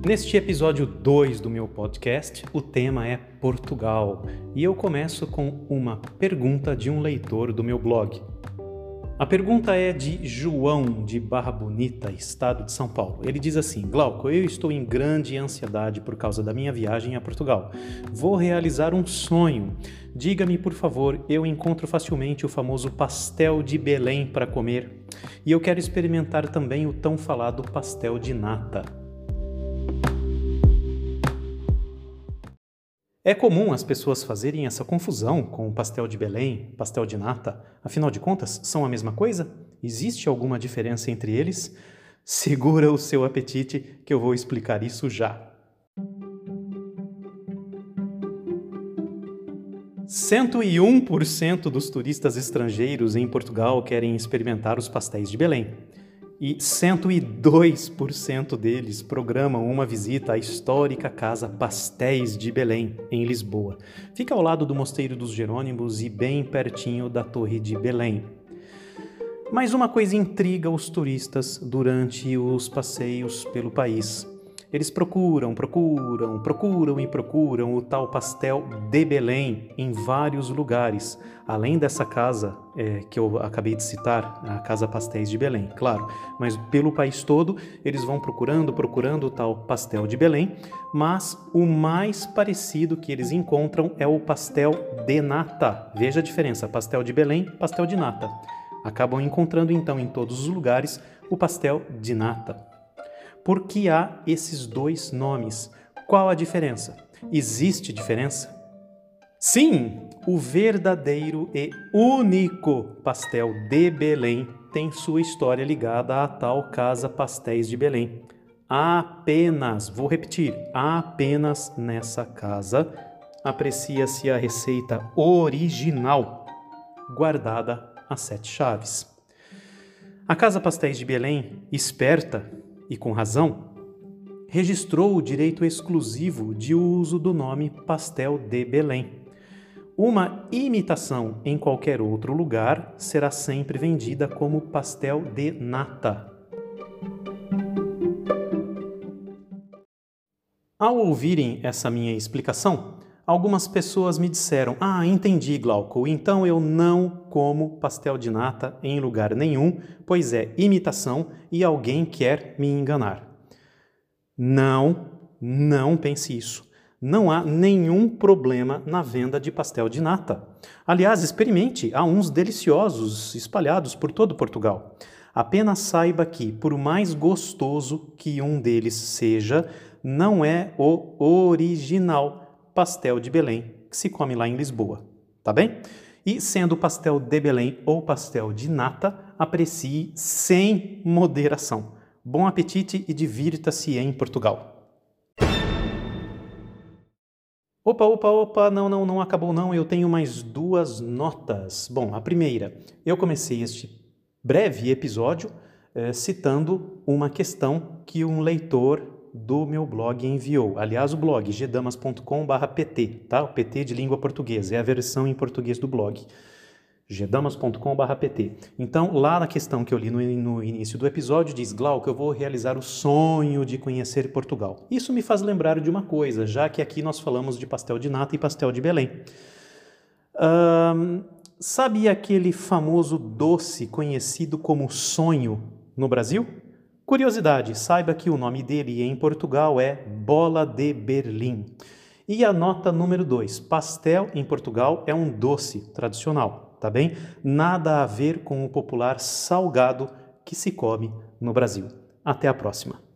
Neste episódio 2 do meu podcast, o tema é Portugal e eu começo com uma pergunta de um leitor do meu blog. A pergunta é de João, de Barra Bonita, estado de São Paulo. Ele diz assim: Glauco, eu estou em grande ansiedade por causa da minha viagem a Portugal. Vou realizar um sonho. Diga-me, por favor, eu encontro facilmente o famoso pastel de Belém para comer. E eu quero experimentar também o tão falado pastel de nata. É comum as pessoas fazerem essa confusão com o pastel de Belém, pastel de nata. Afinal de contas, são a mesma coisa? Existe alguma diferença entre eles? Segura o seu apetite que eu vou explicar isso já. 101% dos turistas estrangeiros em Portugal querem experimentar os pastéis de Belém. E 102% deles programam uma visita à histórica Casa Pastéis de Belém, em Lisboa. Fica ao lado do Mosteiro dos Jerônimos e bem pertinho da Torre de Belém. Mas uma coisa intriga os turistas durante os passeios pelo país. Eles procuram o tal pastel de Belém em vários lugares, além dessa casa que eu acabei de citar, a Casa Pastéis de Belém, claro, mas pelo país todo eles vão procurando o tal pastel de Belém, mas o mais parecido que eles encontram é o pastel de nata. Veja a diferença, pastel de Belém, pastel de nata. Acabam encontrando então em todos os lugares o pastel de nata. Por que há esses dois nomes? Qual a diferença? Existe diferença? Sim, o verdadeiro e único pastel de Belém tem sua história ligada à tal Casa Pastéis de Belém. Vou repetir, apenas nessa casa aprecia-se a receita original, guardada a 7 chaves. A Casa Pastéis de Belém, esperta, e com razão, registrou o direito exclusivo de uso do nome Pastel de Belém. Uma imitação em qualquer outro lugar será sempre vendida como pastel de nata. Ao ouvirem essa minha explicação, algumas pessoas me disseram: entendi, Glauco, então eu não como pastel de nata em lugar nenhum, pois é imitação e alguém quer me enganar. Não pense isso. Não há nenhum problema na venda de pastel de nata. Aliás, experimente, há uns deliciosos espalhados por todo Portugal. Apenas saiba que, por mais gostoso que um deles seja, não é o original pastel de Belém que se come lá em Lisboa, tá bem? E sendo pastel de Belém ou pastel de nata, aprecie sem moderação. Bom apetite e divirta-se em Portugal. Opa, não acabou não, eu tenho mais 2 notas. Bom, a primeira, eu comecei este breve episódio citando uma questão que um leitor do meu blog enviou. Aliás, o blog gdamas.com/pt, tá? O PT de língua portuguesa, é a versão em português do blog. gdamas.com/pt. Então, lá na questão que eu li no início do episódio, diz: Glauco, eu vou realizar o sonho de conhecer Portugal. Isso me faz lembrar de uma coisa, já que aqui nós falamos de pastel de nata e pastel de Belém. Sabe aquele famoso doce conhecido como sonho no Brasil? Curiosidade, saiba que o nome dele em Portugal é Bola de Berlim. E a nota número 2, pastel em Portugal é um doce tradicional, tá bem? Nada a ver com o popular salgado que se come no Brasil. Até a próxima.